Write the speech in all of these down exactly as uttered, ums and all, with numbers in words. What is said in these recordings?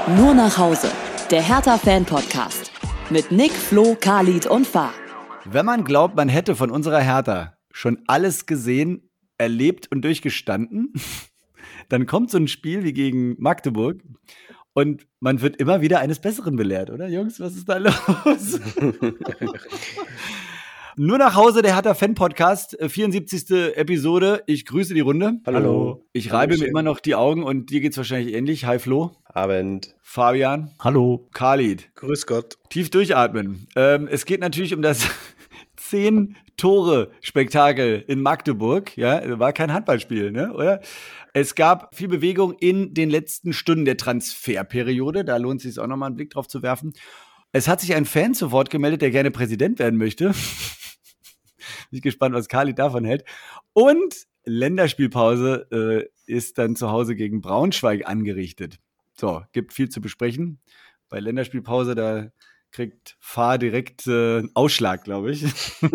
Nur nach Hause, der Hertha-Fan-Podcast mit Nick, Flo, Khalid und Fah. Wenn man glaubt, man hätte von unserer Hertha schon alles gesehen, erlebt und durchgestanden, dann kommt so ein Spiel wie gegen Magdeburg und man wird immer wieder eines Besseren belehrt, oder Jungs? Was ist da los? Nur nach Hause, der Hertha-Fan-Podcast, vierundsiebzigste Episode. Ich grüße die Runde. Hallo. Ich reibe mir immer noch die Augen und dir geht's wahrscheinlich ähnlich. Hi Flo. Abend. Fabian. Hallo. Khalid. Grüß Gott. Tief durchatmen. Ähm, es geht natürlich um das zehn-Tore-Spektakel in Magdeburg. Ja, war kein Handballspiel, ne? Oder? Es gab viel Bewegung in den letzten Stunden der Transferperiode. Da lohnt es sich auch nochmal einen Blick drauf zu werfen. Es hat sich ein Fan zu Wort gemeldet, der gerne Präsident werden möchte. Bin ich gespannt, was Khalid davon hält. Und Länderspielpause äh, ist dann zu Hause gegen Braunschweig angerichtet. So, gibt viel zu besprechen. Bei Länderspielpause, da kriegt Fahr direkt äh, einen Ausschlag, glaube ich.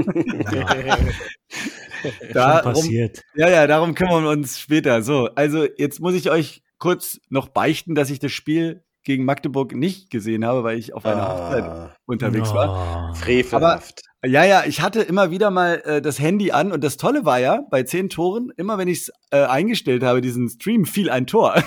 Darum, passiert. Ja, ja, darum kümmern wir uns später. So, also jetzt muss ich euch kurz noch beichten, dass ich das Spiel gegen Magdeburg nicht gesehen habe, weil ich auf einer ah, Hochzeit unterwegs oh. war. Frevelhaft. Aber, ja, ja, ich hatte immer wieder mal äh, das Handy an und das Tolle war ja, bei zehn Toren, immer wenn ich es äh, eingestellt habe, diesen Stream, fiel ein Tor.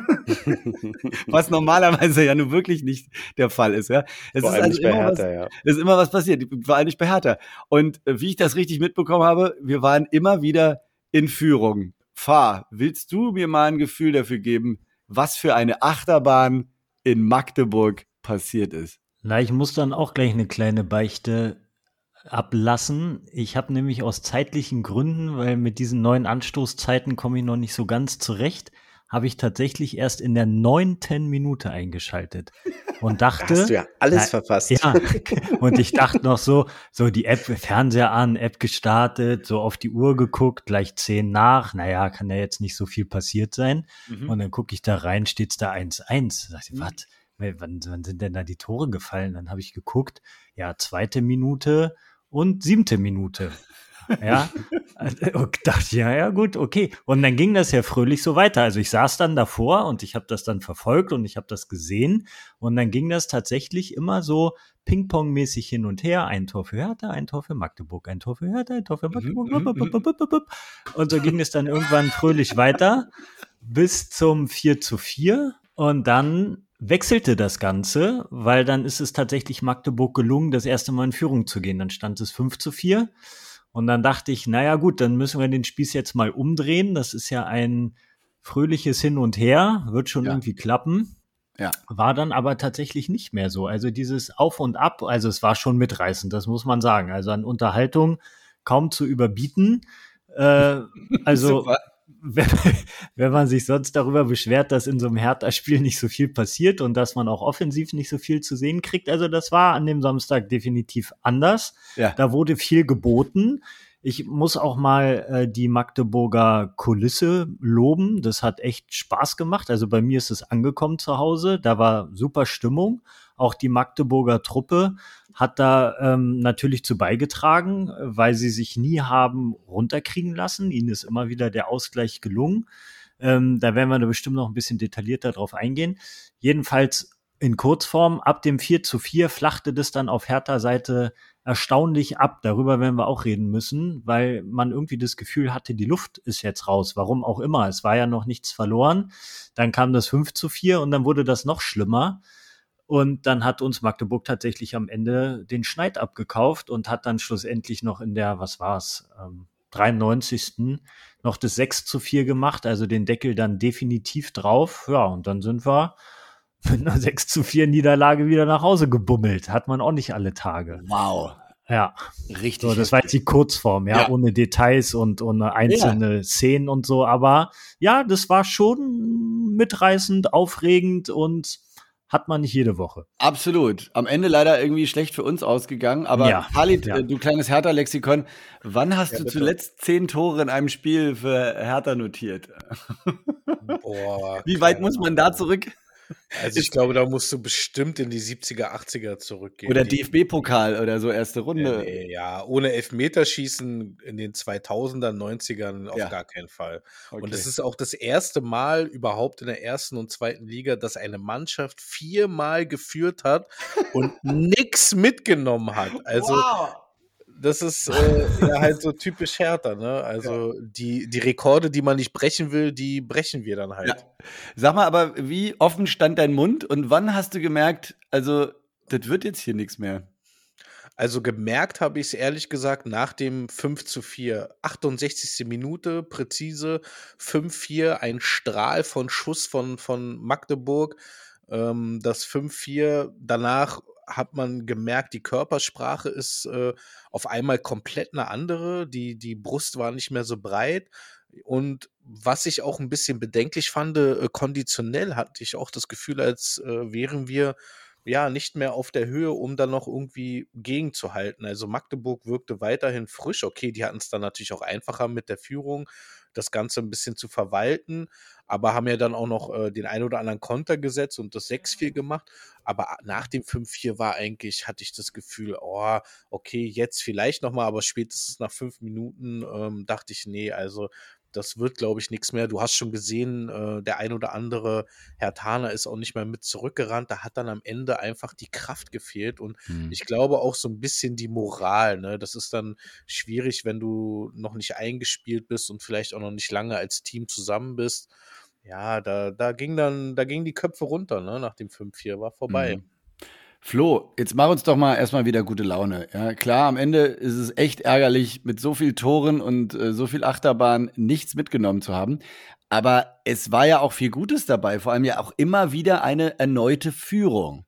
Was normalerweise ja nun wirklich nicht der Fall ist. Ja. Es Vor ist allem also nicht bei immer Hertha, was, ja. Es ist immer was passiert, vor allem nicht bei Hertha. Und äh, wie ich das richtig mitbekommen habe, wir waren immer wieder in Führung. Fahr, willst du mir mal ein Gefühl dafür geben, was für eine Achterbahn in Magdeburg passiert ist? Na, ich muss dann auch gleich eine kleine Beichte ablassen. Ich habe nämlich aus zeitlichen Gründen, weil mit diesen neuen Anstoßzeiten komme ich noch nicht so ganz zurecht, habe ich tatsächlich erst in der neunten Minute eingeschaltet und dachte, da hast du ja alles na, verpasst. Ja, und ich dachte noch so, so die App, Fernseher an, App gestartet, so auf die Uhr geguckt, gleich zehn nach, naja, kann ja jetzt nicht so viel passiert sein. Mhm. Und dann gucke ich da rein, steht's da eins eins. Da dachte ich, mhm. was? Wann, wann sind denn da die Tore gefallen? Dann habe ich geguckt, ja, zweite Minute und siebte Minute. Ja, und dachte, ja, ja, gut, okay. Und dann ging das ja fröhlich so weiter. Also ich saß dann davor und ich habe das dann verfolgt und ich habe das gesehen. Und dann ging das tatsächlich immer so Ping-Pong-mäßig hin und her. Ein Tor für Hertha, ein Tor für Magdeburg, ein Tor für Hertha, ein Tor für Magdeburg. Und so ging es dann irgendwann fröhlich weiter bis zum vier zu vier. Und dann wechselte das Ganze, weil dann ist es tatsächlich Magdeburg gelungen, das erste Mal in Führung zu gehen. Dann stand es fünf zu vier. Und dann dachte ich, naja gut, dann müssen wir den Spieß jetzt mal umdrehen. Das ist ja ein fröhliches Hin und Her, wird schon ja. irgendwie klappen. Ja. War dann aber tatsächlich nicht mehr so. Also dieses Auf und Ab, also es war schon mitreißend, das muss man sagen. Also an Unterhaltung kaum zu überbieten. Äh, also wenn, wenn man sich sonst darüber beschwert, dass in so einem Hertha-Spiel nicht so viel passiert und dass man auch offensiv nicht so viel zu sehen kriegt. Also das war an dem Samstag definitiv anders. Ja. Da wurde viel geboten. Ich muss auch mal äh, die Magdeburger Kulisse loben. Das hat echt Spaß gemacht. Also bei mir ist es angekommen zu Hause. Da war super Stimmung. Auch die Magdeburger Truppe hat da ähm, natürlich zu beigetragen, weil sie sich nie haben runterkriegen lassen. Ihnen ist immer wieder der Ausgleich gelungen. Ähm, da werden wir da bestimmt noch ein bisschen detaillierter drauf eingehen. Jedenfalls in Kurzform, ab dem vier zu vier flachte das dann auf Hertha-Seite erstaunlich ab. Darüber werden wir auch reden müssen, weil man irgendwie das Gefühl hatte, die Luft ist jetzt raus. Warum auch immer. Es war ja noch nichts verloren. Dann kam das fünf zu vier und dann wurde das noch schlimmer. Und dann hat uns Magdeburg tatsächlich am Ende den Schneid abgekauft und hat dann schlussendlich noch in der, was war's, ähm, dreiundneunzigsten noch das sechs zu vier gemacht, also den Deckel dann definitiv drauf. Ja, und dann sind wir mit einer sechs zu vier Niederlage wieder nach Hause gebummelt. Hat man auch nicht alle Tage. Wow. Ja. Richtig. So, das war jetzt die Kurzform, ja, ja. ohne Details und ohne einzelne ja. Szenen und so. Aber ja, das war schon mitreißend, aufregend und hat man nicht jede Woche. Absolut. Am Ende leider irgendwie schlecht für uns ausgegangen. Aber ja, Khalid, ja. du kleines Hertha-Lexikon, wann hast ja, du bitte. zuletzt zehn Tore in einem Spiel für Hertha notiert? Boah, Wie weit muss man da zurück? Also ich glaube, da musst du bestimmt in die siebziger, achtziger zurückgehen. Oder Die- D F B-Pokal oder so, erste Runde. Nee, nee, ja, ohne Elfmeterschießen in den zweitausender, neunzigern auf Ja. gar keinen Fall. Okay. Und es ist auch das erste Mal überhaupt in der ersten und zweiten Liga, dass eine Mannschaft viermal geführt hat und nix mitgenommen hat. Also das ist äh, ja halt so typisch Hertha, ne? Also die, die Rekorde, die man nicht brechen will, die brechen wir dann halt. Ja. Sag mal, aber wie offen stand dein Mund und wann hast du gemerkt, also das wird jetzt hier nichts mehr? Also gemerkt habe ich es ehrlich gesagt nach dem fünf zu vier. achtundsechzigste Minute, präzise fünf vier, ein Strahl von Schuss von, von Magdeburg. Ähm, das fünf vier, danach hat man gemerkt, die Körpersprache ist äh, auf einmal komplett eine andere. Die, die Brust war nicht mehr so breit. Und was ich auch ein bisschen bedenklich fand, äh, konditionell hatte ich auch das Gefühl, als äh, wären wir ja nicht mehr auf der Höhe, um dann noch irgendwie gegenzuhalten. Also Magdeburg wirkte weiterhin frisch. Okay, die hatten es dann natürlich auch einfacher mit der Führung, das Ganze ein bisschen zu verwalten, aber haben ja dann auch noch äh, den ein oder anderen Konter gesetzt und das sechs vier gemacht. Aber nach dem fünf vier war eigentlich, hatte ich das Gefühl, oh, okay, jetzt vielleicht nochmal, aber spätestens nach fünf Minuten ähm, dachte ich, nee, also das wird, glaube ich, nichts mehr. Du hast schon gesehen, äh, der ein oder andere Herthaner ist auch nicht mehr mit zurückgerannt. Da hat dann am Ende einfach die Kraft gefehlt und Hm. ich glaube auch so ein bisschen die Moral. Ne? Das ist dann schwierig, wenn du noch nicht eingespielt bist und vielleicht auch noch nicht lange als Team zusammen bist. Ja, da, da ging dann, da gingen die Köpfe runter, ne? Nach dem fünf vier, war vorbei. Mhm. Flo, jetzt mach uns doch mal erstmal wieder gute Laune. Ja, klar, am Ende ist es echt ärgerlich, mit so viel Toren und äh, so viel Achterbahn nichts mitgenommen zu haben. Aber es war ja auch viel Gutes dabei, vor allem ja auch immer wieder eine erneute Führung.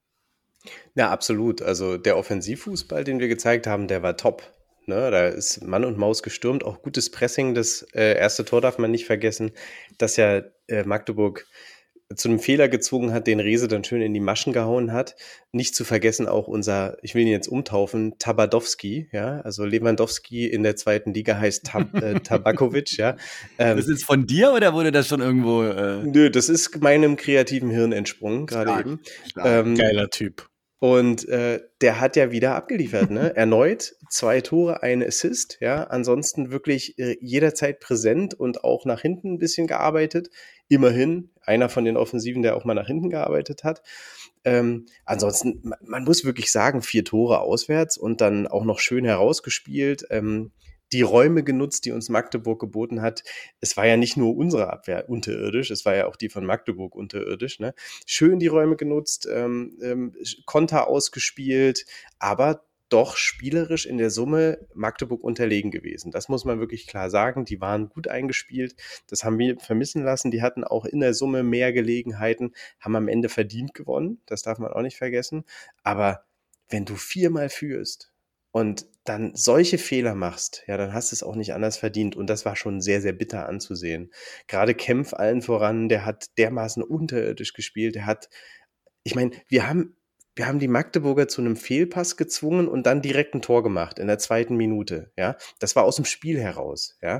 Ja, absolut. Also der Offensivfußball, den wir gezeigt haben, der war top. Ne, da ist Mann und Maus gestürmt, auch gutes Pressing. Das äh, erste Tor darf man nicht vergessen, dass ja äh, Magdeburg zu einem Fehler gezwungen hat, den Rehse dann schön in die Maschen gehauen hat. Nicht zu vergessen auch unser, ich will ihn jetzt umtaufen, Tabadowski, ja, also Lewandowski in der zweiten Liga heißt Tab, äh, Tabakovic, ja. Ähm, Das ist von dir oder wurde das schon irgendwo? Äh, nö, das ist meinem kreativen Hirn entsprungen, gerade Stark, eben. stark. Ähm, Geiler Typ. Und äh, der hat ja wieder abgeliefert, ne? Erneut zwei Tore, ein Assist, ja. Ansonsten wirklich äh, jederzeit präsent und auch nach hinten ein bisschen gearbeitet. Immerhin einer von den Offensiven, der auch mal nach hinten gearbeitet hat. Ähm, ansonsten, man, man muss wirklich sagen, vier Tore auswärts und dann auch noch schön herausgespielt. Ähm, die Räume genutzt, die uns Magdeburg geboten hat. Es war ja nicht nur unsere Abwehr unterirdisch, es war ja auch die von Magdeburg unterirdisch. Ne? Schön die Räume genutzt, ähm, ähm, Konter ausgespielt, aber doch spielerisch in der Summe Magdeburg unterlegen gewesen. Das muss man wirklich klar sagen. Die waren gut eingespielt. Das haben wir vermissen lassen. Die hatten auch in der Summe mehr Gelegenheiten, haben am Ende verdient gewonnen. Das darf man auch nicht vergessen. Aber wenn du viermal führst und dann solche Fehler machst, ja, dann hast du es auch nicht anders verdient. Und das war schon sehr, sehr bitter anzusehen. Gerade Kempf allen voran, der hat dermaßen unterirdisch gespielt. Der hat, ich meine, wir haben, wir haben die Magdeburger zu einem Fehlpass gezwungen und dann direkt ein Tor gemacht in der zweiten Minute. Ja, das war aus dem Spiel heraus. Ja,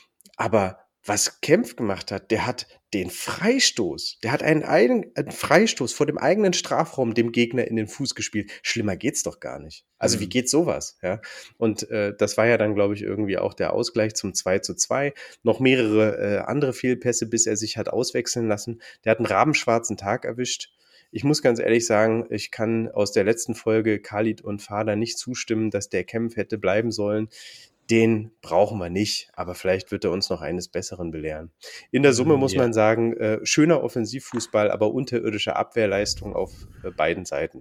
aber was Kempf gemacht hat, der hat den Freistoß, der hat einen, einen, einen Freistoß vor dem eigenen Strafraum dem Gegner in den Fuß gespielt. Schlimmer geht's doch gar nicht. Also Mhm. wie geht sowas? Ja? Und äh, das war ja dann, glaube ich, irgendwie auch der Ausgleich zum zwei zu zwei. Noch mehrere äh, andere Fehlpässe, bis er sich hat auswechseln lassen. Der hat einen rabenschwarzen Tag erwischt. Ich muss ganz ehrlich sagen, ich kann aus der letzten Folge Khalid und Fader nicht zustimmen, dass der Kempf hätte bleiben sollen. Den brauchen wir nicht, aber vielleicht wird er uns noch eines Besseren belehren. In der Summe muss Ja. man sagen, äh, schöner Offensivfußball, aber unterirdische Abwehrleistung auf äh, beiden Seiten.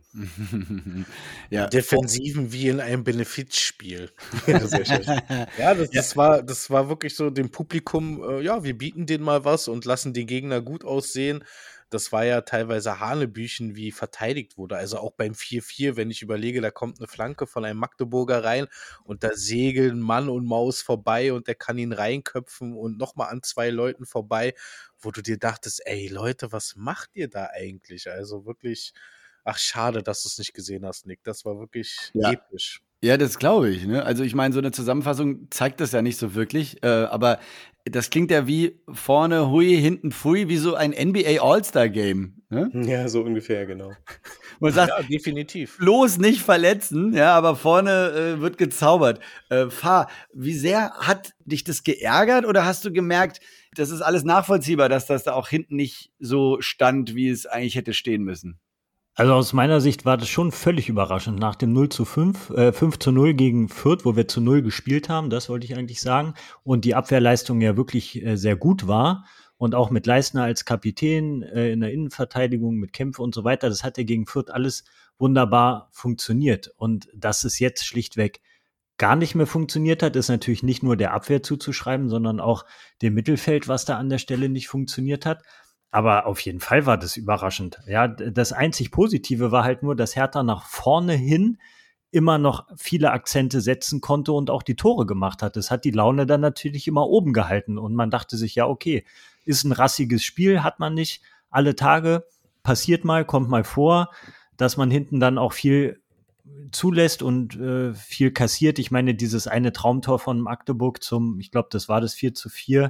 ja. Defensiven wie in einem Benefizspiel. Ja, sehr schön. Ja, das, das, war, das war wirklich so dem Publikum, äh, ja, wir bieten denen mal was und lassen den Gegner gut aussehen. Das war ja teilweise Hanebüchen, wie verteidigt wurde. Also auch beim vier vier, wenn ich überlege, da kommt eine Flanke von einem Magdeburger rein und da segeln Mann und Maus vorbei und der kann ihn reinköpfen und nochmal an zwei Leuten vorbei, wo du dir dachtest, ey Leute, was macht ihr da eigentlich? Also wirklich, ach schade, dass du es nicht gesehen hast, Nick. Das war wirklich Ja. episch. Ja, das glaube ich. Ne? Also ich meine, so eine Zusammenfassung zeigt das ja nicht so wirklich. Äh, aber das klingt ja wie vorne hui, hinten pfui, wie so ein N B A All-Star-Game. Ne? Ja, so ungefähr, genau. Man sagt, ja, definitiv. Bloß nicht verletzen, ja, aber vorne äh, wird gezaubert. Äh, Fahr, wie sehr hat dich das geärgert oder hast du gemerkt, das ist alles nachvollziehbar, dass das da auch hinten nicht so stand, wie es eigentlich hätte stehen müssen? Also aus meiner Sicht war das schon völlig überraschend. Nach dem null zu fünf, äh, fünf zu null gegen Fürth, wo wir zu null gespielt haben, das wollte ich eigentlich sagen, und die Abwehrleistung ja wirklich äh, sehr gut war und auch mit Leistner als Kapitän äh, in der Innenverteidigung mit Kämpfe und so weiter, das hat ja gegen Fürth alles wunderbar funktioniert. Und dass es jetzt schlichtweg gar nicht mehr funktioniert hat, ist natürlich nicht nur der Abwehr zuzuschreiben, sondern auch dem Mittelfeld, was da an der Stelle nicht funktioniert hat. Aber auf jeden Fall war das überraschend. Ja, das einzig Positive war halt nur, dass Hertha nach vorne hin immer noch viele Akzente setzen konnte und auch die Tore gemacht hat. Das hat die Laune dann natürlich immer oben gehalten. Und man dachte sich, ja, okay, ist ein rassiges Spiel, hat man nicht alle Tage, passiert mal, kommt mal vor, dass man hinten dann auch viel zulässt und äh, viel kassiert. Ich meine, dieses eine Traumtor von Magdeburg zum, ich glaube, das war das vier zu vier,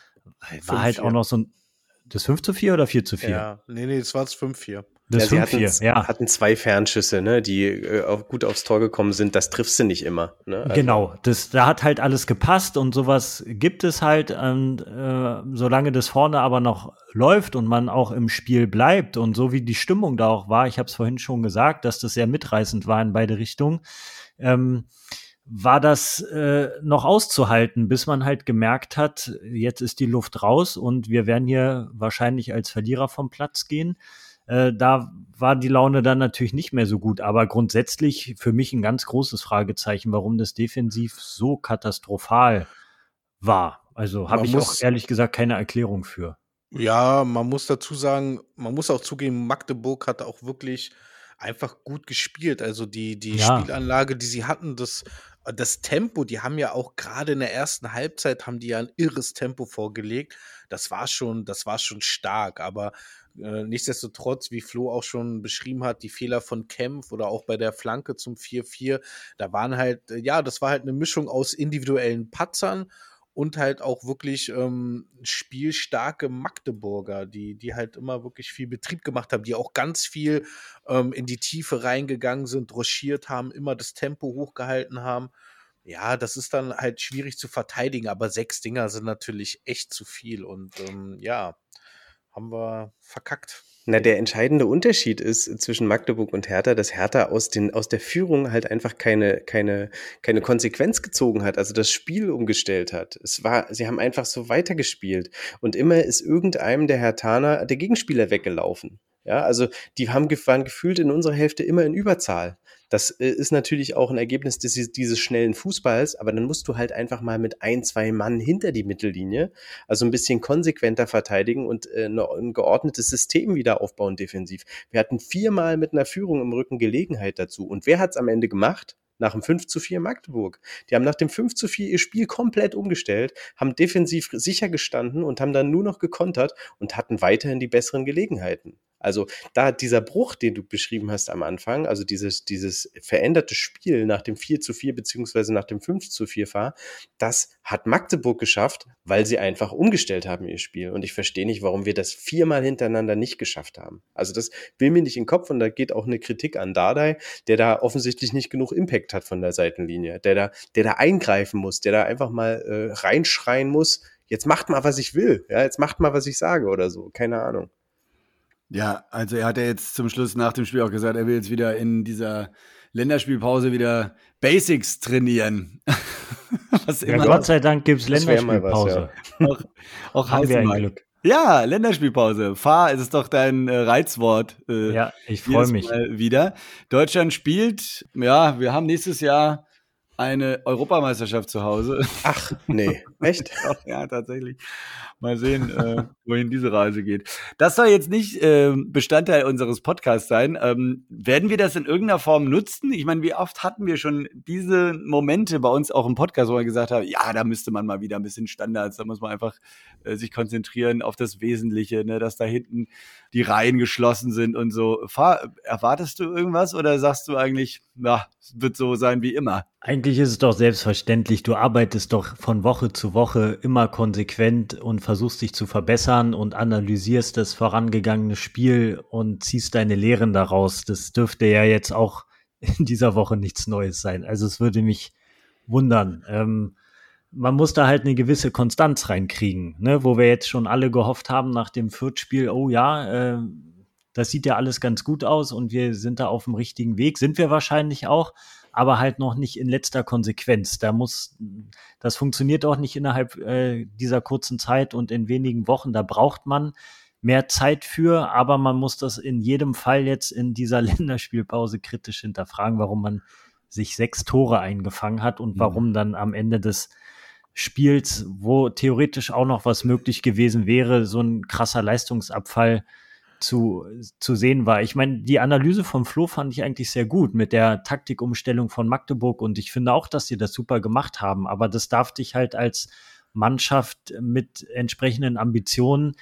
war halt auch noch so ein das fünf zu vier oder vier zu vier? Ja, nee, nee, das war das fünf vier. Das ja, fünf vier, sie ja. hatten zwei Fernschüsse, ne, die äh, auch gut aufs Tor gekommen sind. Das triffst du nicht immer. Ne? Also genau, das, da hat halt alles gepasst und sowas gibt es halt. Und, äh, solange das vorne aber noch läuft und man auch im Spiel bleibt und so wie die Stimmung da auch war, ich habe es vorhin schon gesagt, dass das sehr mitreißend war in beide Richtungen, ähm, war das äh, noch auszuhalten, bis man halt gemerkt hat, jetzt ist die Luft raus und wir werden hier wahrscheinlich als Verlierer vom Platz gehen. Äh, da war die Laune dann natürlich nicht mehr so gut, aber grundsätzlich für mich ein ganz großes Fragezeichen, warum das defensiv so katastrophal war. Also habe ich auch ehrlich gesagt keine Erklärung für. Ja, man muss dazu sagen, man muss auch zugeben, Magdeburg hat auch wirklich einfach gut gespielt. Also die, die Ja. Spielanlage, die sie hatten, das, das Tempo, die haben ja auch gerade in der ersten Halbzeit haben die ja ein irres Tempo vorgelegt. Das war schon, das war schon stark, aber äh, nichtsdestotrotz, wie Flo auch schon beschrieben hat, die Fehler von Kempf oder auch bei der Flanke zum vier vier, da waren halt, äh, ja, das war halt eine Mischung aus individuellen Patzern und halt auch wirklich ähm, spielstarke Magdeburger, die, die halt immer wirklich viel Betrieb gemacht haben, die auch ganz viel ähm, in die Tiefe reingegangen sind, rochiert haben, immer das Tempo hochgehalten haben. Ja, das ist dann halt schwierig zu verteidigen, aber sechs Dinger sind natürlich echt zu viel und ähm, ja, haben wir verkackt. Na, der entscheidende Unterschied ist zwischen Magdeburg und Hertha, dass Hertha aus den, aus der Führung halt einfach keine, keine, keine Konsequenz gezogen hat, also das Spiel umgestellt hat. Es war, sie haben einfach so weitergespielt und immer ist irgendeinem der Herthaner der Gegenspieler weggelaufen. Ja, also die haben, waren gefühlt in unserer Hälfte immer in Überzahl. Das äh, ist natürlich auch ein Ergebnis des, dieses schnellen Fußballs, aber dann musst du halt einfach mal mit ein, zwei Mann hinter die Mittellinie, also ein bisschen konsequenter verteidigen und äh, ein geordnetes System wieder aufbauen defensiv. Wir hatten viermal mit einer Führung im Rücken Gelegenheit dazu. Und wer hat es am Ende gemacht? Nach dem fünf zu vier Magdeburg. Die haben nach dem fünf zu vier ihr Spiel komplett umgestellt, haben defensiv sicher gestanden und haben dann nur noch gekontert und hatten weiterhin die besseren Gelegenheiten. Also da dieser Bruch, den du beschrieben hast am Anfang, also dieses, dieses veränderte Spiel nach dem vier zu vier beziehungsweise nach dem fünf zu vier war, das hat Magdeburg geschafft, weil sie einfach umgestellt haben ihr Spiel. Und ich verstehe nicht, warum wir das viermal hintereinander nicht geschafft haben. Also das will mir nicht in den Kopf und da geht auch eine Kritik an Dardai, der da offensichtlich nicht genug Impact hat von der Seitenlinie, der da, der da eingreifen muss, der da einfach mal äh, reinschreien muss, jetzt macht mal, was ich will, ja, jetzt macht mal, was ich sage oder so, keine Ahnung. Ja, also er hat ja jetzt zum Schluss nach dem Spiel auch gesagt, er will jetzt wieder in dieser Länderspielpause wieder Basics trainieren. Was ja, immer Gott sei Dank gibt's Länderspielpause. Was, ja. Auch, auch haben wir ein Glück. Ja, Länderspielpause. Fahr, es ist doch dein äh, Reizwort. Äh, ja, ich freue mich. Mal wieder. Deutschland spielt, ja, wir haben nächstes Jahr eine Europameisterschaft zu Hause. Ach, nee, echt? Ja, tatsächlich. Mal sehen, äh, wohin diese Reise geht. Das soll jetzt nicht äh, Bestandteil unseres Podcasts sein. Ähm, werden wir das in irgendeiner Form nutzen? Ich meine, wie oft hatten wir schon diese Momente bei uns auch im Podcast, wo wir gesagt haben, ja, da müsste man mal wieder ein bisschen Standards, da muss man einfach äh, sich konzentrieren auf das Wesentliche, ne, dass da hinten die Reihen geschlossen sind und so. Fahr, erwartest du irgendwas oder sagst du eigentlich, ja, es wird so sein wie immer? Eigentlich ist es doch selbstverständlich, du arbeitest doch von Woche zu Woche immer konsequent und versuchst dich zu verbessern und analysierst das vorangegangene Spiel und ziehst deine Lehren daraus. Das dürfte ja jetzt auch in dieser Woche nichts Neues sein. Also es würde mich wundern. Ähm, man muss da halt eine gewisse Konstanz reinkriegen, ne? Wo wir jetzt schon alle gehofft haben nach dem Fürth-Spiel, oh ja, äh, das sieht ja alles ganz gut aus und wir sind da auf dem richtigen Weg, sind wir wahrscheinlich auch, aber halt noch nicht in letzter Konsequenz. Da muss, das funktioniert auch nicht innerhalb äh, dieser kurzen Zeit und in wenigen Wochen. Da braucht man mehr Zeit für, aber man muss das in jedem Fall jetzt in dieser Länderspielpause kritisch hinterfragen, warum man sich sechs Tore eingefangen hat und warum dann am Ende des Spiels, wo theoretisch auch noch was möglich gewesen wäre, so ein krasser Leistungsabfall zu, zu sehen war. Ich meine, die Analyse von Flo fand ich eigentlich sehr gut mit der Taktikumstellung von Magdeburg und ich finde auch, dass sie das super gemacht haben, aber das darf dich halt als Mannschaft mit entsprechenden Ambitionen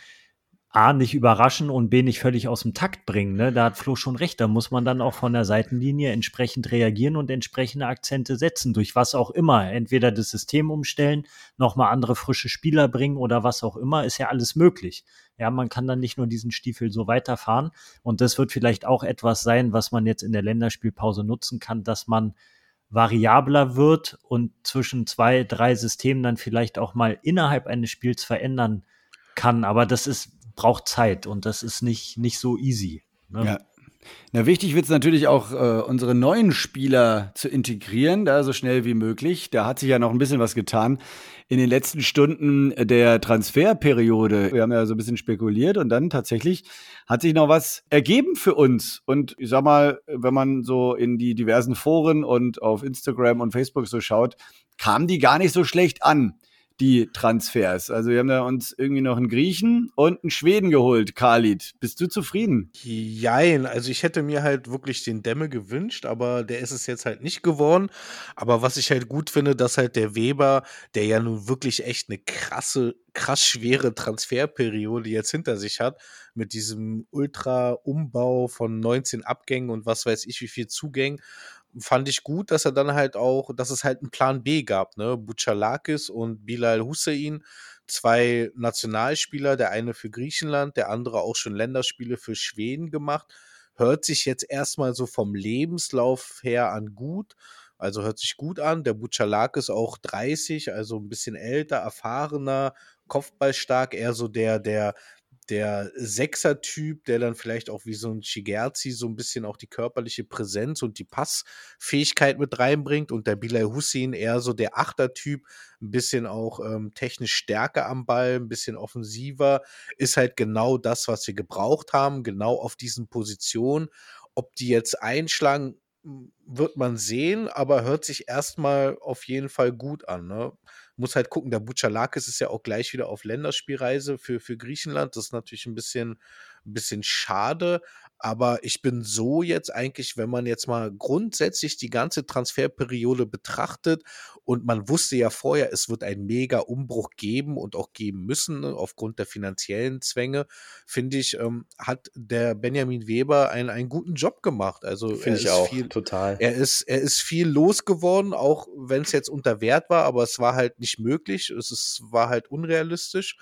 A, nicht überraschen und B, nicht völlig aus dem Takt bringen. Ne? Da hat Flo schon recht, da muss man dann auch von der Seitenlinie entsprechend reagieren und entsprechende Akzente setzen, durch was auch immer. Entweder das System umstellen, nochmal andere frische Spieler bringen oder was auch immer, ist ja alles möglich. Ja, man kann dann nicht nur diesen Stiefel so weiterfahren und das wird vielleicht auch etwas sein, was man jetzt in der Länderspielpause nutzen kann, dass man variabler wird und zwischen zwei, drei Systemen dann vielleicht auch mal innerhalb eines Spiels verändern kann, aber das ist braucht Zeit und das ist nicht, nicht so easy. Ne? Ja. Na, wichtig wird es natürlich auch, äh, unsere neuen Spieler zu integrieren, da so schnell wie möglich. Da hat sich ja noch ein bisschen was getan in den letzten Stunden der Transferperiode. Wir haben ja so ein bisschen spekuliert und dann tatsächlich hat sich noch was ergeben für uns. Und ich sag mal, wenn man so in die diversen Foren und auf Instagram und Facebook so schaut, kamen die gar nicht so schlecht an, die Transfers. Also wir haben da uns irgendwie noch einen Griechen und einen Schweden geholt. Khalid, bist du zufrieden? Jein, also ich hätte mir halt wirklich den Demme gewünscht, aber der ist es jetzt halt nicht geworden. Aber was ich halt gut finde, dass halt der Weber, der ja nun wirklich echt eine krasse, krass schwere Transferperiode jetzt hinter sich hat, mit diesem Ultra-Umbau von neunzehn Abgängen und was weiß ich wie viel Zugängen, fand ich gut, dass er dann halt auch, dass es halt einen Plan B gab, ne? Bouchalakis und Bilal Hussein, zwei Nationalspieler, der eine für Griechenland, der andere auch schon Länderspiele für Schweden gemacht. Hört sich jetzt erstmal so vom Lebenslauf her an gut, also hört sich gut an. Der Bouchalakis auch dreißig, also ein bisschen älter, erfahrener, kopfballstark, eher so der, der der Sechser-Typ, der dann vielleicht auch wie so ein Shigerzi so ein bisschen auch die körperliche Präsenz und die Passfähigkeit mit reinbringt und der Bilal Hussein eher so der Achter-Typ, ein bisschen auch ähm, technisch stärker am Ball, ein bisschen offensiver, ist halt genau das, was wir gebraucht haben, genau auf diesen Positionen. Ob die jetzt einschlagen, wird man sehen, aber hört sich erstmal auf jeden Fall gut an, ne? Muss halt gucken, der Bouchalakis ist ja auch gleich wieder auf Länderspielreise für, für Griechenland. Das ist natürlich ein bisschen, ein bisschen schade, aber ich bin so jetzt eigentlich, wenn man jetzt mal grundsätzlich die ganze Transferperiode betrachtet und man wusste ja vorher, es wird einen mega Umbruch geben und auch geben müssen, ne, aufgrund der finanziellen Zwänge, finde ich, ähm, hat der Benjamin Weber einen, einen guten Job gemacht. Also Finde ich auch, viel, total. Er ist, er ist viel losgeworden, auch wenn es jetzt unter Wert war, aber es war halt nicht möglich. Es ist, war halt unrealistisch.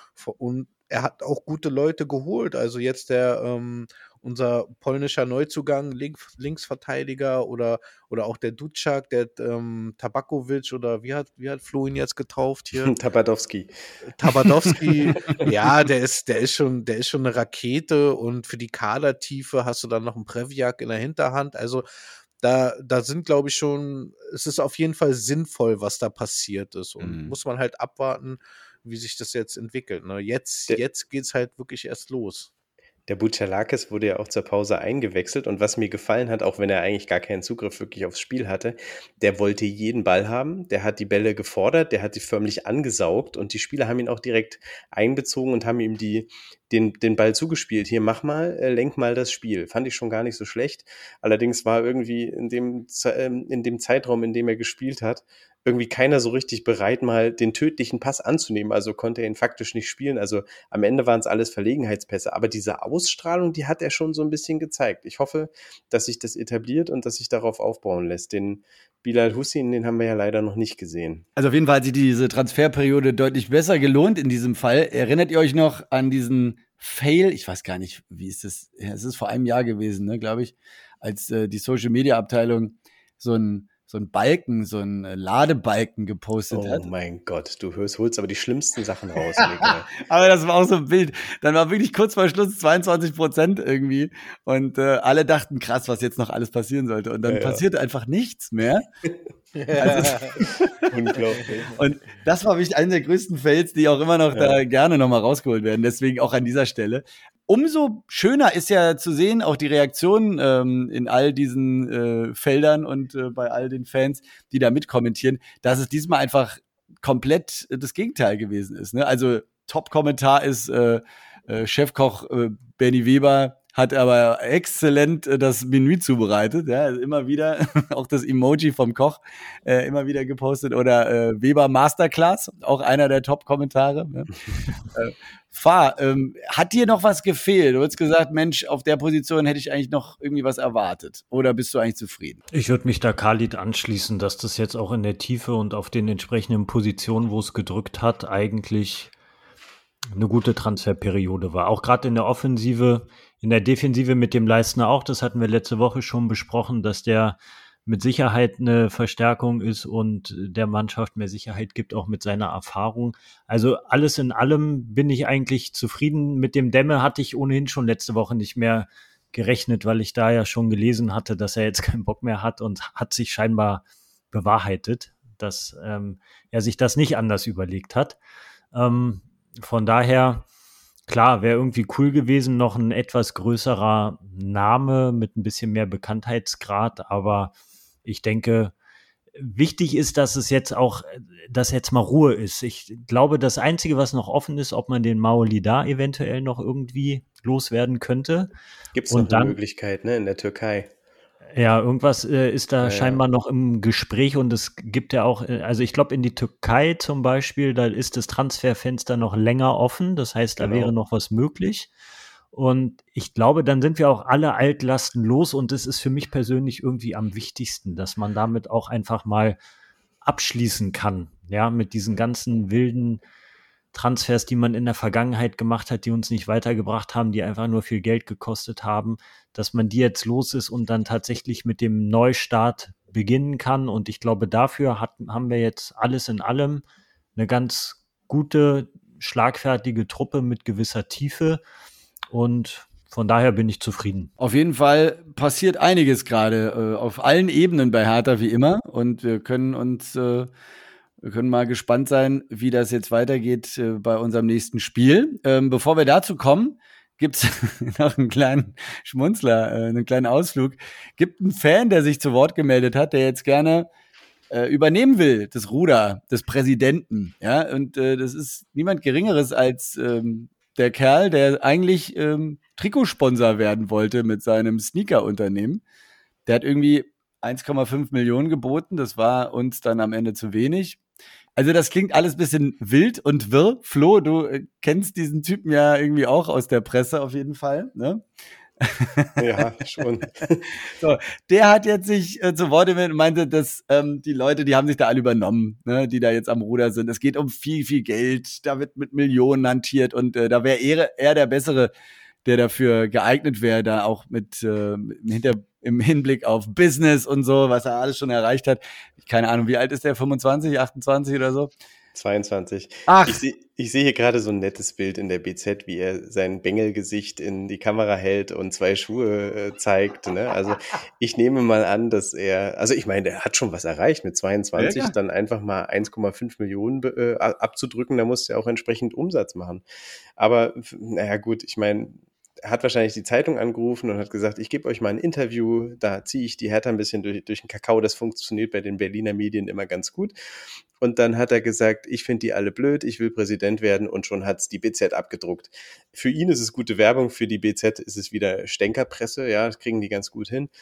Und er hat auch gute Leute geholt. Also jetzt der ähm, unser polnischer Neuzugang, Link, Linksverteidiger oder, oder auch der Ducak, der ähm, Tabakovic oder wie hat, wie hat Flo ihn jetzt getauft hier? Tabadowski. Tabadowski, ja, der ist, der ist schon, der ist schon eine Rakete und für die Kadertiefe hast du dann noch einen Previak in der Hinterhand. Also da, da sind, glaube ich, schon, es ist auf jeden Fall sinnvoll, was da passiert ist. Und Mhm. muss man halt abwarten, wie sich das jetzt entwickelt. Ne? Jetzt, Der- jetzt geht es halt wirklich erst los. Der Bouchalakis wurde ja auch zur Pause eingewechselt und was mir gefallen hat, auch wenn er eigentlich gar keinen Zugriff wirklich aufs Spiel hatte, der wollte jeden Ball haben, der hat die Bälle gefordert, der hat die förmlich angesaugt und die Spieler haben ihn auch direkt einbezogen und haben ihm die, den, den Ball zugespielt. Hier, mach mal, äh, lenk mal das Spiel. Fand ich schon gar nicht so schlecht. Allerdings war irgendwie in dem, Ze- ähm, in dem Zeitraum, in dem er gespielt hat, irgendwie keiner so richtig bereit, mal den tödlichen Pass anzunehmen. Also konnte er ihn faktisch nicht spielen. Also am Ende waren es alles Verlegenheitspässe. Aber diese Ausstrahlung, die hat er schon so ein bisschen gezeigt. Ich hoffe, dass sich das etabliert und dass sich darauf aufbauen lässt. Den Bilal Hussein, den haben wir ja leider noch nicht gesehen. Also auf jeden Fall hat sich diese Transferperiode deutlich besser gelohnt in diesem Fall. Erinnert ihr euch noch an diesen Fail? Ich weiß gar nicht, wie ist das? Ja, es ist vor einem Jahr gewesen, ne, glaube ich, als äh, die Social-Media-Abteilung so ein so ein Balken, so ein Ladebalken gepostet oh hat. Oh mein Gott, du hörst, holst aber die schlimmsten Sachen raus. Aber das war auch so ein Bild. Dann war wirklich kurz vor Schluss zweiundzwanzig Prozent irgendwie. Und äh, alle dachten, krass, was jetzt noch alles passieren sollte. Und dann ja, passierte ja. einfach nichts mehr. Also, unglaublich. Und das war wirklich einer der größten Fails, die auch immer noch ja. da gerne nochmal rausgeholt werden. Deswegen auch an dieser Stelle. Umso schöner ist ja zu sehen, auch die Reaktionen ähm, in all diesen äh, Feldern und äh, bei all den Fans, die da mitkommentieren, dass es diesmal einfach komplett das Gegenteil gewesen ist. Ne? Also Top-Kommentar ist äh, äh, Chefkoch äh, Benny Weber hat aber exzellent äh, das Menü zubereitet. Ja? Also immer wieder, auch das Emoji vom Koch äh, immer wieder gepostet. Oder äh, Weber Masterclass, auch einer der Top-Kommentare. Ne? äh, Fahr, ähm, hat dir noch was gefehlt? Du hast gesagt, Mensch, auf der Position hätte ich eigentlich noch irgendwie was erwartet. Oder bist du eigentlich zufrieden? Ich würde mich da Khalid anschließen, dass das jetzt auch in der Tiefe und auf den entsprechenden Positionen, wo es gedrückt hat, eigentlich eine gute Transferperiode war. Auch gerade in der Offensive, in der Defensive mit dem Leistner auch, das hatten wir letzte Woche schon besprochen, dass der mit Sicherheit eine Verstärkung ist und der Mannschaft mehr Sicherheit gibt, auch mit seiner Erfahrung. Also alles in allem bin ich eigentlich zufrieden. Mit dem Demme hatte ich ohnehin schon letzte Woche nicht mehr gerechnet, weil ich da ja schon gelesen hatte, dass er jetzt keinen Bock mehr hat und hat sich scheinbar bewahrheitet, dass ähm, er sich das nicht anders überlegt hat. Ähm, von daher, klar, wäre irgendwie cool gewesen, noch ein etwas größerer Name mit ein bisschen mehr Bekanntheitsgrad, aber ich denke, wichtig ist, dass es jetzt auch, dass jetzt mal Ruhe ist. Ich glaube, das Einzige, was noch offen ist, ob man den Maolida eventuell noch irgendwie loswerden könnte. Gibt es noch eine Möglichkeit, ne, in der Türkei? Ja, irgendwas äh, ist da ja, scheinbar ja. noch im Gespräch und es gibt ja auch, also ich glaube in die Türkei zum Beispiel, da ist das Transferfenster noch länger offen, das heißt, da genau. wäre noch was möglich. Und ich glaube, dann sind wir auch alle Altlasten los und es ist für mich persönlich irgendwie am wichtigsten, dass man damit auch einfach mal abschließen kann, ja, mit diesen ganzen wilden Transfers, die man in der Vergangenheit gemacht hat, die uns nicht weitergebracht haben, die einfach nur viel Geld gekostet haben, dass man die jetzt los ist und dann tatsächlich mit dem Neustart beginnen kann. Und ich glaube, dafür hat, haben wir jetzt alles in allem eine ganz gute, schlagfertige Truppe mit gewisser Tiefe. Und von daher bin ich zufrieden. Auf jeden Fall passiert einiges gerade äh, auf allen Ebenen bei Hertha wie immer. Und wir können uns, äh, wir können mal gespannt sein, wie das jetzt weitergeht äh, bei unserem nächsten Spiel. Ähm, bevor wir dazu kommen, gibt's noch einen kleinen Schmunzler, äh, einen kleinen Ausflug. Gibt einen Fan, der sich zu Wort gemeldet hat, der jetzt gerne äh, übernehmen will, das Ruder des Präsidenten. Ja, und äh, das ist niemand Geringeres als ähm, der Kerl, der eigentlich ähm, Trikotsponsor werden wollte mit seinem Sneaker-Unternehmen. Der hat irgendwie eins Komma fünf Millionen geboten. Das war uns dann am Ende zu wenig. Also das klingt alles ein bisschen wild und wirr. Flo, du äh, kennst diesen Typen ja irgendwie auch aus der Presse auf jeden Fall, ne? Ja, schon. So, der hat jetzt sich äh, zu Wort gemeldet und meinte, dass ähm, die Leute, die haben sich da alle übernommen, ne, die da jetzt am Ruder sind. Es geht um viel, viel Geld, da wird mit Millionen hantiert und äh, da wäre er, er der Bessere, der dafür geeignet wäre, da auch mit äh, im, Hinter, im Hinblick auf Business und so, was er alles schon erreicht hat. Keine Ahnung, wie alt ist der? fünfundzwanzig, achtundzwanzig oder so? zweiundzwanzig. Ach. Ich sehe ich seh hier gerade so ein nettes Bild in der B Z, wie er sein Bengelgesicht in die Kamera hält und zwei Schuhe äh, zeigt. Ne? Also ich nehme mal an, dass er, also ich meine, der hat schon was erreicht mit zweiundzwanzig, ja, dann einfach mal eins Komma fünf Millionen äh, abzudrücken, da muss er auch entsprechend Umsatz machen. Aber naja gut, ich meine, er hat wahrscheinlich die Zeitung angerufen und hat gesagt, ich gebe euch mal ein Interview, da ziehe ich die Hertha ein bisschen durch, durch den Kakao, das funktioniert bei den Berliner Medien immer ganz gut. Und dann hat er gesagt, ich finde die alle blöd, ich will Präsident werden und schon hat's die B Z abgedruckt. Für ihn ist es gute Werbung, für die B Z ist es wieder Stänkerpresse, ja, das kriegen die ganz gut hin.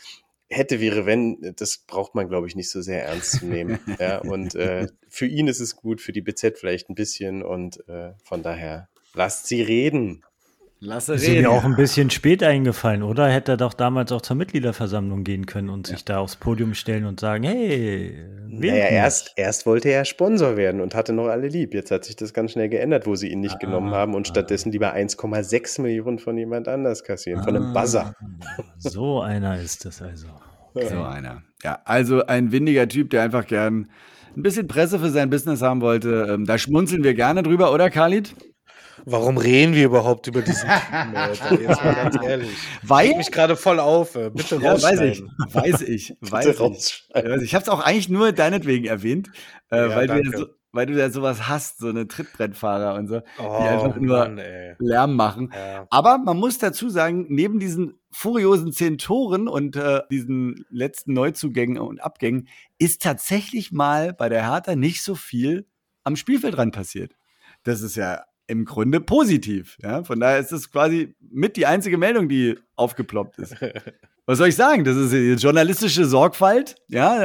hätte, wäre, wenn, das braucht man, glaube ich, nicht so sehr ernst zu nehmen. Ja, und äh, für ihn ist es gut, für die B Z vielleicht ein bisschen und äh, von daher, lasst sie reden. Lass Ist ihm ja auch ein bisschen spät eingefallen, oder? Hätte er doch damals auch zur Mitgliederversammlung gehen können und ja. sich da aufs Podium stellen und sagen, hey, naja, erst, erst wollte er Sponsor werden und hatte noch alle lieb. Jetzt hat sich das ganz schnell geändert, wo sie ihn nicht ah, genommen haben und ah. stattdessen lieber eins Komma sechs Millionen von jemand anders kassieren, ah, von einem Buzzer. So einer ist es also. Okay. So einer. Ja, also ein windiger Typ, der einfach gern ein bisschen Presse für sein Business haben wollte. Da schmunzeln wir gerne drüber, oder Khalid? Warum reden wir überhaupt über diesen Typen, Alter? Jetzt mal ganz ehrlich. Weil ich mich gerade voll auf. Bitte ja, rausschneiden. Weiß ich. Weiß ich. Weiß ich. Ich habe es auch eigentlich nur deinetwegen erwähnt, äh, ja, weil, du ja so, weil du ja sowas hast, so eine Trittbrettfahrer und so, oh, die einfach nur Mann, Lärm machen. Ja. Aber man muss dazu sagen, neben diesen furiosen zehn Toren und äh, diesen letzten Neuzugängen und Abgängen ist tatsächlich mal bei der Hertha nicht so viel am Spielfeldrand passiert. Das ist ja im Grunde positiv. Ja? Von daher ist es quasi mit die einzige Meldung, die aufgeploppt ist. Was soll ich sagen? Das ist die journalistische Sorgfalt. Ja,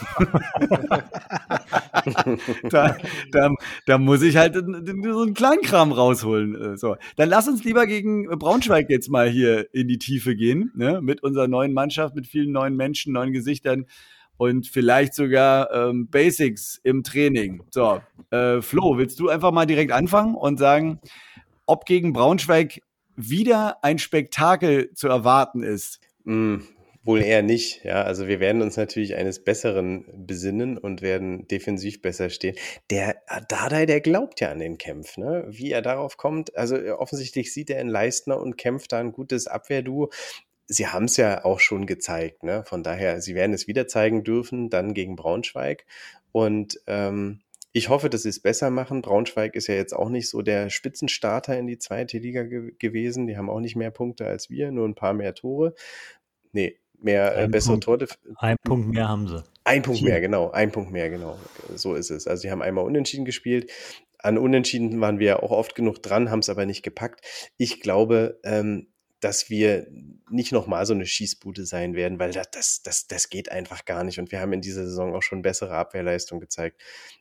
da, da, da muss ich halt so einen Kleinkram rausholen. So. Dann lass uns lieber gegen Braunschweig jetzt mal hier in die Tiefe gehen, ne? Mit unserer neuen Mannschaft, mit vielen neuen Menschen, neuen Gesichtern. Und vielleicht sogar ähm, Basics im Training. So, äh, Flo, willst du einfach mal direkt anfangen und sagen, ob gegen Braunschweig wieder ein Spektakel zu erwarten ist? Mm, wohl eher nicht. Ja, also wir werden uns natürlich eines Besseren besinnen und werden defensiv besser stehen. Der Dardai, der glaubt ja an den Kampf, ne? Wie er darauf kommt. Also offensichtlich sieht er in Leistner und kämpft da ein gutes Abwehrduo. Sie haben es ja auch schon gezeigt, ne? Von daher, sie werden es wieder zeigen dürfen, dann gegen Braunschweig. Und ähm, ich hoffe, dass sie es besser machen. Braunschweig ist ja jetzt auch nicht so der Spitzenstarter in die zweite Liga ge- gewesen. Die haben auch nicht mehr Punkte als wir, nur ein paar mehr Tore. Nee, mehr äh, bessere Tore. Ein Punkt mehr haben sie. Ein Punkt mehr, genau. Ein Punkt mehr, genau. So ist es. Also sie haben einmal unentschieden gespielt. An Unentschieden waren wir ja auch oft genug dran, haben es aber nicht gepackt. Ich glaube, ähm, dass wir nicht nochmal so eine Schießbude sein werden, weil das, das, das, das geht einfach gar nicht. Und wir haben in dieser Saison auch schon bessere Abwehrleistung gezeigt.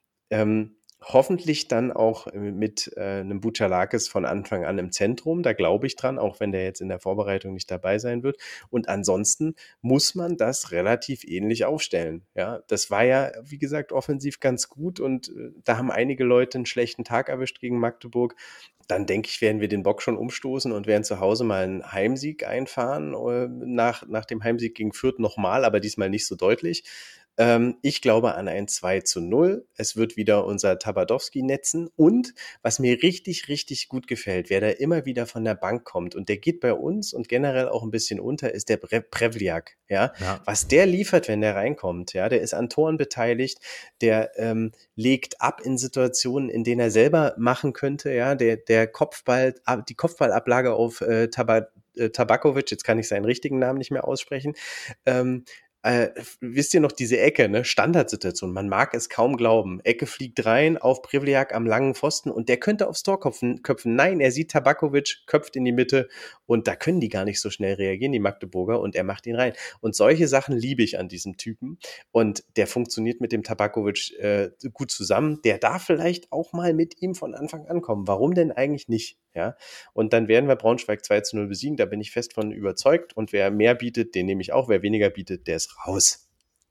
Ähm, hoffentlich dann auch mit äh, einem Bouchalakis von Anfang an im Zentrum. Da glaube ich dran, auch wenn der jetzt in der Vorbereitung nicht dabei sein wird. Und ansonsten muss man das relativ ähnlich aufstellen. Ja, das war ja, wie gesagt, offensiv ganz gut und äh, da haben einige Leute einen schlechten Tag erwischt gegen Magdeburg. Dann denke ich, werden wir den Bock schon umstoßen und werden zu Hause mal einen Heimsieg einfahren. Äh, nach, nach dem Heimsieg gegen Fürth nochmal, aber diesmal nicht so deutlich. Ähm, ich glaube an ein zwei zu null. Es wird wieder unser Tabadowski netzen. Und was mir richtig, richtig gut gefällt, wer da immer wieder von der Bank kommt und der geht bei uns und generell auch ein bisschen unter, ist der Bre- Prevliak. Ja? Ja. Was der liefert, wenn der reinkommt, ja, der ist an Toren beteiligt, der ähm, legt ab in Situationen, in denen er selber machen könnte, ja, der, der Kopfball, die Kopfballablage auf äh, Tab- äh, Tabakovic, jetzt kann ich seinen richtigen Namen nicht mehr aussprechen, ähm, Äh, wisst ihr noch diese Ecke, ne? Standardsituation, man mag es kaum glauben. Ecke fliegt rein auf Prevliak am langen Pfosten und der könnte aufs Tor köpfen. köpfen. Nein, er sieht Tabakovic, köpft in die Mitte und da können die gar nicht so schnell reagieren, die Magdeburger, und er macht ihn rein. Und solche Sachen liebe ich an diesem Typen und der funktioniert mit dem Tabakovic äh, gut zusammen. Der darf vielleicht auch mal mit ihm von Anfang an kommen. Warum denn eigentlich nicht? Ja, und dann werden wir Braunschweig zwei zu null besiegen, da bin ich fest von überzeugt und wer mehr bietet, den nehme ich auch, wer weniger bietet, der ist raus.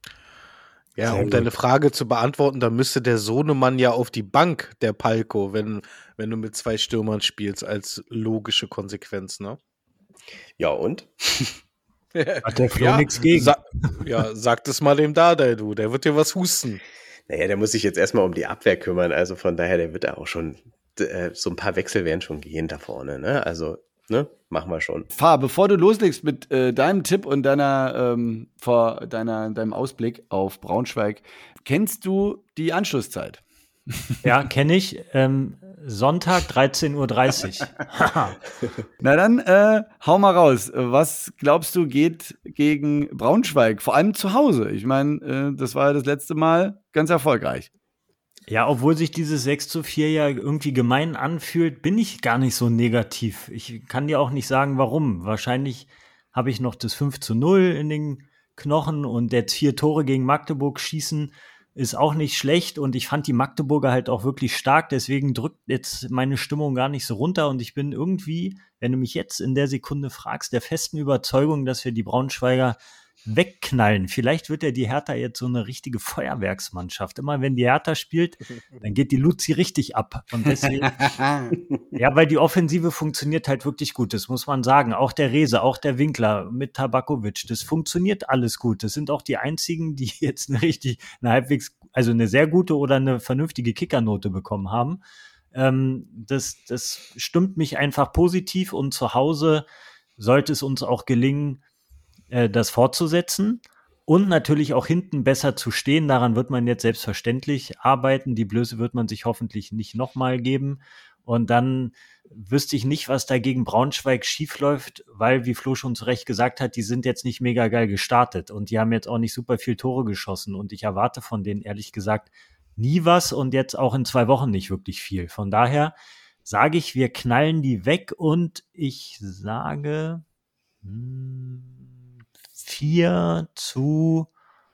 Ja, um deine Frage zu beantworten, dann müsste der Sohnemann ja auf die Bank, der Palko, wenn, wenn du mit zwei Stürmern spielst, als logische Konsequenz, ne? Ja, und? Hat der Flo ja, nichts gegen. Sa- ja, sag das mal dem Dardai, du, der wird dir was husten. Naja, der muss sich jetzt erstmal um die Abwehr kümmern, also von daher, der wird da auch schon, äh, so ein paar Wechsel werden schon gehen da vorne, ne? Also, ne, machen wir schon. Fahr, bevor du loslegst mit äh, deinem Tipp und deiner, ähm, vor deiner, deinem Ausblick auf Braunschweig, kennst du die Anschlusszeit? Ja, kenne ich. Ähm, Sonntag dreizehn Uhr dreißig. Na dann, äh, hau mal raus. Was glaubst du geht gegen Braunschweig? Vor allem zu Hause. Ich meine, äh, das war ja das letzte Mal ganz erfolgreich. Ja, obwohl sich dieses sechs zu vier ja irgendwie gemein anfühlt, bin ich gar nicht so negativ. Ich kann dir auch nicht sagen, warum. Wahrscheinlich habe ich noch das fünf zu null in den Knochen und jetzt vier Tore gegen Magdeburg schießen ist auch nicht schlecht und ich fand die Magdeburger halt auch wirklich stark, deswegen drückt jetzt meine Stimmung gar nicht so runter und ich bin irgendwie, wenn du mich jetzt in der Sekunde fragst, der festen Überzeugung, dass wir die Braunschweiger wegknallen. Vielleicht wird ja die Hertha jetzt so eine richtige Feuerwerksmannschaft. Immer wenn die Hertha spielt, dann geht die Luzi richtig ab. Und deswegen, ja, weil die Offensive funktioniert halt wirklich gut, das muss man sagen. Auch der Rehse, auch der Winkler mit Tabakovic, das funktioniert alles gut. Das sind auch die einzigen, die jetzt eine richtig, eine halbwegs, also eine sehr gute oder eine vernünftige Kickernote bekommen haben. Ähm, das, das stimmt mich einfach positiv und zu Hause sollte es uns auch gelingen, das fortzusetzen und natürlich auch hinten besser zu stehen. Daran wird man jetzt selbstverständlich arbeiten. Die Blöße wird man sich hoffentlich nicht nochmal geben. Und dann wüsste ich nicht, was da gegen Braunschweig schiefläuft, weil, wie Flo schon zu Recht gesagt hat, die sind jetzt nicht mega geil gestartet und die haben jetzt auch nicht super viel Tore geschossen. Und ich erwarte von denen ehrlich gesagt nie was und jetzt auch in zwei Wochen nicht wirklich viel. Von daher sage ich, wir knallen die weg und ich sage hm, vier zu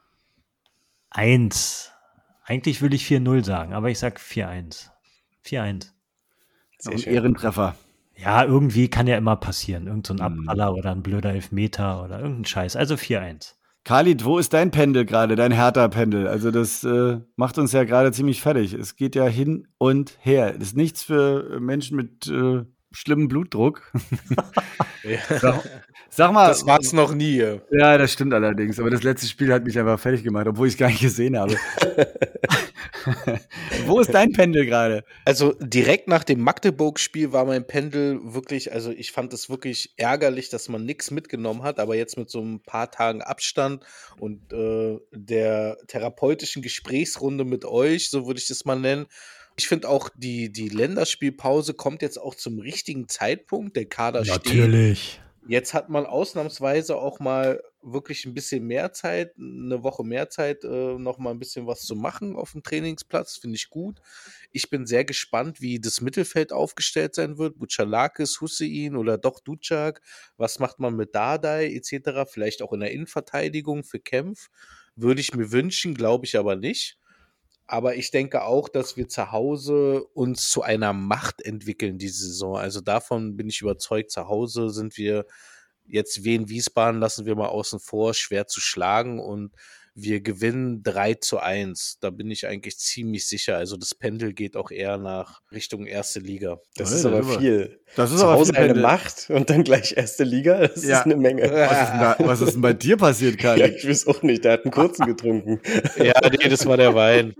eins. Eigentlich will ich vier null sagen, aber ich sag vier eins. vier eins. Sehr schön. Ehrentreffer. Ja, irgendwie kann ja immer passieren. Irgend so ein Abpraller oder ein blöder Elfmeter oder irgendein Scheiß. Also vier eins. Khalid, wo ist dein Pendel gerade, dein Hertha-Pendel? Also das äh, macht uns ja gerade ziemlich fertig. Es geht ja hin und her. Das ist nichts für Menschen mit äh, schlimmem Blutdruck. Ja. Sag, sag mal. Das war es noch nie. Ja, das stimmt allerdings. Aber das letzte Spiel hat mich einfach fertig gemacht, obwohl ich es gar nicht gesehen habe. Wo ist dein Pendel gerade? Also direkt nach dem Magdeburg-Spiel war mein Pendel wirklich, also ich fand es wirklich ärgerlich, dass man nichts mitgenommen hat, aber jetzt mit so ein paar Tagen Abstand und äh, der therapeutischen Gesprächsrunde mit euch, so würde ich das mal nennen. Ich finde auch, die, die Länderspielpause kommt jetzt auch zum richtigen Zeitpunkt. Der Kader steht. Natürlich. Jetzt hat man ausnahmsweise auch mal wirklich ein bisschen mehr Zeit, eine Woche mehr Zeit, äh, noch mal ein bisschen was zu machen auf dem Trainingsplatz. Finde ich gut. Ich bin sehr gespannt, wie das Mittelfeld aufgestellt sein wird. Buchalakis, Hussein oder doch Ducak. Was macht man mit Dardai et cetera? Vielleicht auch in der Innenverteidigung für Kempf. Würde ich mir wünschen, glaube ich aber nicht. Aber ich denke auch, dass wir zu Hause uns zu einer Macht entwickeln diese Saison. Also davon bin ich überzeugt. Zu Hause sind wir jetzt Wien Wiesbaden, lassen wir mal außen vor, schwer zu schlagen und wir gewinnen drei zu eins. Da bin ich eigentlich ziemlich sicher. Also das Pendel geht auch eher nach Richtung erste Liga. Das ist aber viel. Das ist Zu aber Hause viel eine Pendel. Macht und dann gleich erste Liga. Das Ja. ist eine Menge. Was ist denn, da, was ist denn bei dir passiert, Ja, Khalid? ich weiß auch nicht. Der hat einen kurzen getrunken. Ja, nee, das war der Wein.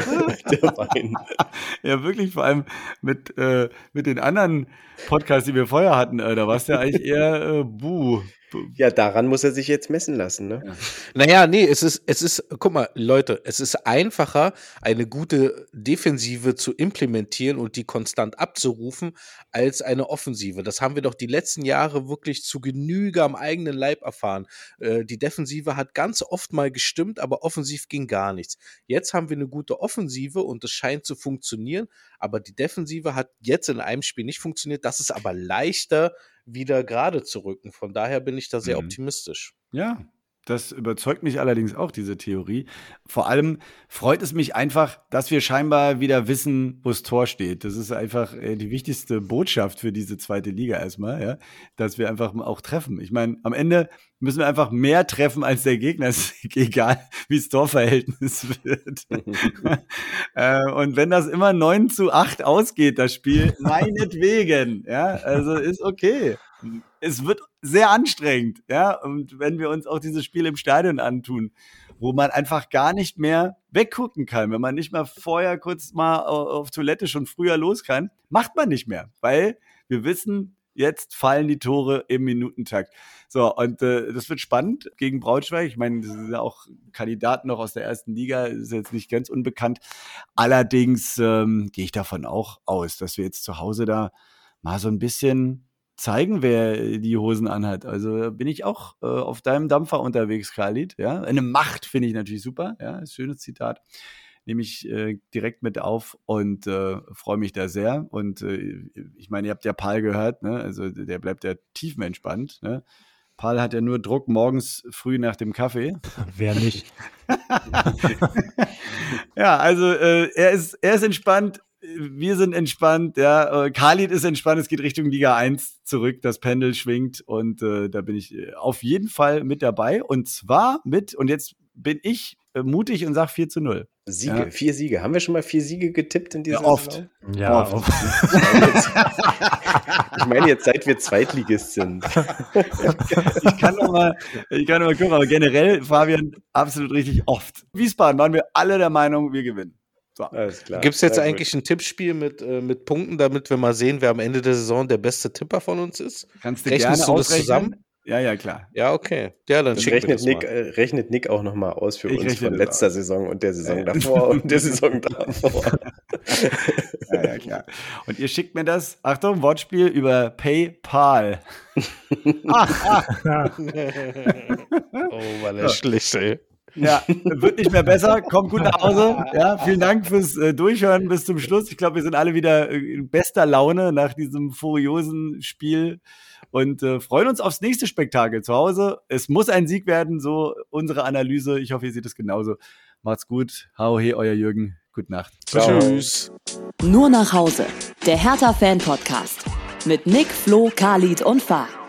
Der Wein. Ja, wirklich, vor allem mit, äh, mit den anderen Podcasts, die wir vorher hatten, äh, da warst du ja eigentlich eher äh, buh. Ja, daran muss er sich jetzt messen lassen, ne? Ja. Naja, nee, es ist, es ist, guck mal, Leute, es ist einfacher, eine gute Defensive zu implementieren und die konstant abzurufen, als eine Offensive. Das haben wir doch die letzten Jahre wirklich zu Genüge am eigenen Leib erfahren. Äh, die Defensive hat ganz oft mal gestimmt, aber offensiv ging gar nichts. Jetzt haben wir eine gute Offensive und es scheint zu funktionieren, aber die Defensive hat jetzt in einem Spiel nicht funktioniert. Das ist aber leichter, wieder gerade zu rücken. Von daher bin ich da sehr Mhm. optimistisch. Ja, das überzeugt mich allerdings auch, diese Theorie. Vor allem freut es mich einfach, dass wir scheinbar wieder wissen, wo das Tor steht. Das ist einfach äh, die wichtigste Botschaft für diese zweite Liga erstmal, ja, dass wir einfach auch treffen. Ich meine, am Ende müssen wir einfach mehr treffen als der Gegner. Es ist egal, wie das Torverhältnis wird. äh, und wenn das immer neun zu acht ausgeht, das Spiel, meinetwegen, ja, also ist okay. Es wird sehr anstrengend, ja, und wenn wir uns auch dieses Spiel im Stadion antun, wo man einfach gar nicht mehr weggucken kann, wenn man nicht mal vorher kurz mal auf Toilette schon früher los kann, macht man nicht mehr, weil wir wissen, jetzt fallen die Tore im Minutentakt. So, und äh, das wird spannend gegen Braunschweig. Ich meine, das sind ja auch Kandidaten noch aus der ersten Liga, ist jetzt nicht ganz unbekannt. Allerdings ähm, gehe ich davon auch aus, dass wir jetzt zu Hause da mal so ein bisschen zeigen, wer die Hosen anhat. Also bin ich auch äh, auf deinem Dampfer unterwegs, Khalid. Ja? Eine Macht finde ich natürlich super. Ja, ist ein schönes Zitat. Nehme ich äh, direkt mit auf und äh, freue mich da sehr. Und äh, ich meine, ihr habt ja Paul gehört, ne? Also der bleibt ja tiefenentspannt. Ne? Paul hat ja nur Druck morgens früh nach dem Kaffee. Wer nicht? Ja, also äh, er ist er ist entspannt, wir sind entspannt, ja. Äh, Khalid ist entspannt, es geht Richtung Liga eins zurück, das Pendel schwingt und äh, da bin ich auf jeden Fall mit dabei und zwar mit, und jetzt bin ich äh, mutig und sag vier zu null. Siege, ja. vier Siege. Haben wir schon mal vier Siege getippt in dieser ja, oft. Saison? Ja, oft. oft. Ich meine jetzt, seit wir Zweitligist sind. Ich kann noch mal, ich kann noch mal gucken, aber generell, Fabian, absolut richtig oft. Wiesbaden waren wir alle der Meinung, wir gewinnen. So. Alles klar. Gibt es jetzt Sehr eigentlich ein Tippspiel mit, äh, mit Punkten, damit wir mal sehen, wer am Ende der Saison der beste Tipper von uns ist? Kannst du Rechnest gerne du das ausrechnen? zusammen? Ja, ja, klar. Ja, okay. Ja, dann Das schick mir rechnet das Nick, mal. äh, rechnet Nick auch nochmal aus für Ich uns rechne von das letzter aus. Saison und der Saison Ja. davor und der Saison davor. Ja, ja, klar. Und ihr schickt mir das, Achtung, Wortspiel über PayPal. Oh, war der schlecht, ey. Ja, wird nicht mehr besser. Kommt gut nach Hause. Ja, vielen Dank fürs äh, Durchhören bis zum Schluss. Ich glaube, wir sind alle wieder äh, in bester Laune nach diesem furiosen Spiel und äh, freuen uns aufs nächste Spektakel zu Hause. Es muss ein Sieg werden, so unsere Analyse. Ich hoffe, ihr seht es genauso. Macht's gut. Hau he, euer Jürgen. Gute Nacht. Ciao. Tschüss. Nur nach Hause. Der Hertha-Fan-Podcast. Mit Nick, Flo, Khalid und Fah.